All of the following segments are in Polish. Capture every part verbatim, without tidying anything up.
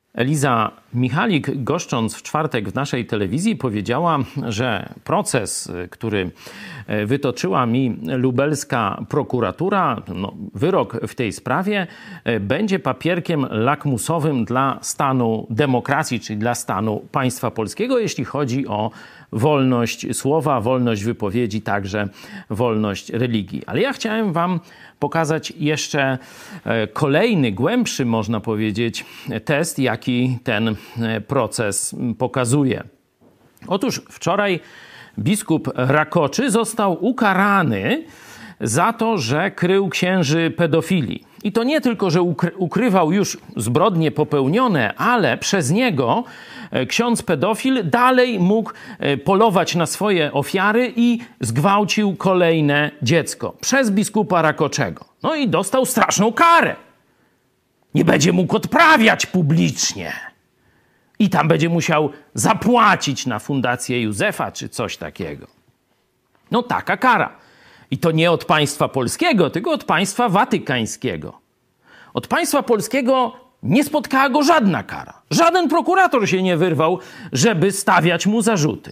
Eliza Michalik, goszcząc w czwartek w naszej telewizji, powiedziała, że proces, który wytoczyła mi lubelska prokuratura, no, wyrok w tej sprawie, będzie papierkiem lakmusowym dla stanu demokracji, czyli dla stanu państwa polskiego, jeśli chodzi o wolność słowa, wolność wypowiedzi, także wolność religii. Ale ja chciałem wam pokazać jeszcze kolejny, głębszy, można powiedzieć, test, jaki ten proces pokazuje. Otóż wczoraj biskup Rakoczy został ukarany za to, że krył księży pedofili. I to nie tylko, że ukry- ukrywał już zbrodnie popełnione, ale przez niego ksiądz pedofil dalej mógł polować na swoje ofiary i zgwałcił kolejne dziecko przez biskupa Rakoczego. No i dostał straszną karę. Nie będzie mógł odprawiać publicznie. I tam będzie musiał zapłacić na fundację Józefa czy coś takiego. No taka kara. I to nie od państwa polskiego, tylko od państwa watykańskiego. Od państwa polskiego nie spotkała go żadna kara. Żaden prokurator się nie wyrwał, żeby stawiać mu zarzuty.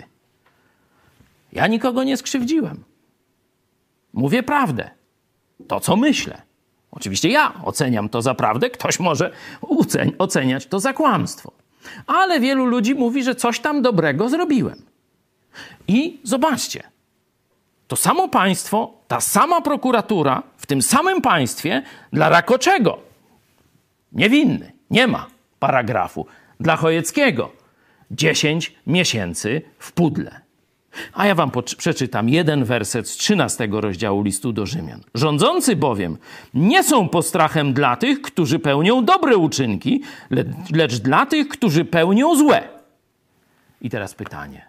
Ja nikogo nie skrzywdziłem. Mówię prawdę. To, co myślę. Oczywiście ja oceniam to za prawdę, ktoś może oceniać to za kłamstwo. Ale wielu ludzi mówi, że coś tam dobrego zrobiłem. I zobaczcie, to samo państwo, ta sama prokuratura w tym samym państwie dla Rakoczego, niewinny, nie ma paragrafu, dla Chojeckiego dziesięć miesięcy w pudle. A ja wam przeczytam jeden werset z trzynastego rozdziału listu do Rzymian. Rządzący bowiem nie są postrachem dla tych, którzy pełnią dobre uczynki, le- lecz dla tych, którzy pełnią złe. I teraz pytanie.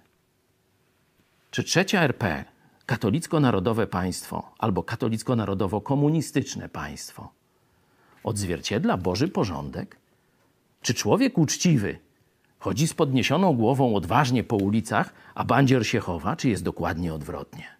Czy trzecia R P, katolicko-narodowe państwo albo katolicko-narodowo-komunistyczne państwo odzwierciedla Boży porządek? Czy człowiek uczciwy chodzi z podniesioną głową odważnie po ulicach, a bandzior się chowa, czy jest dokładnie odwrotnie?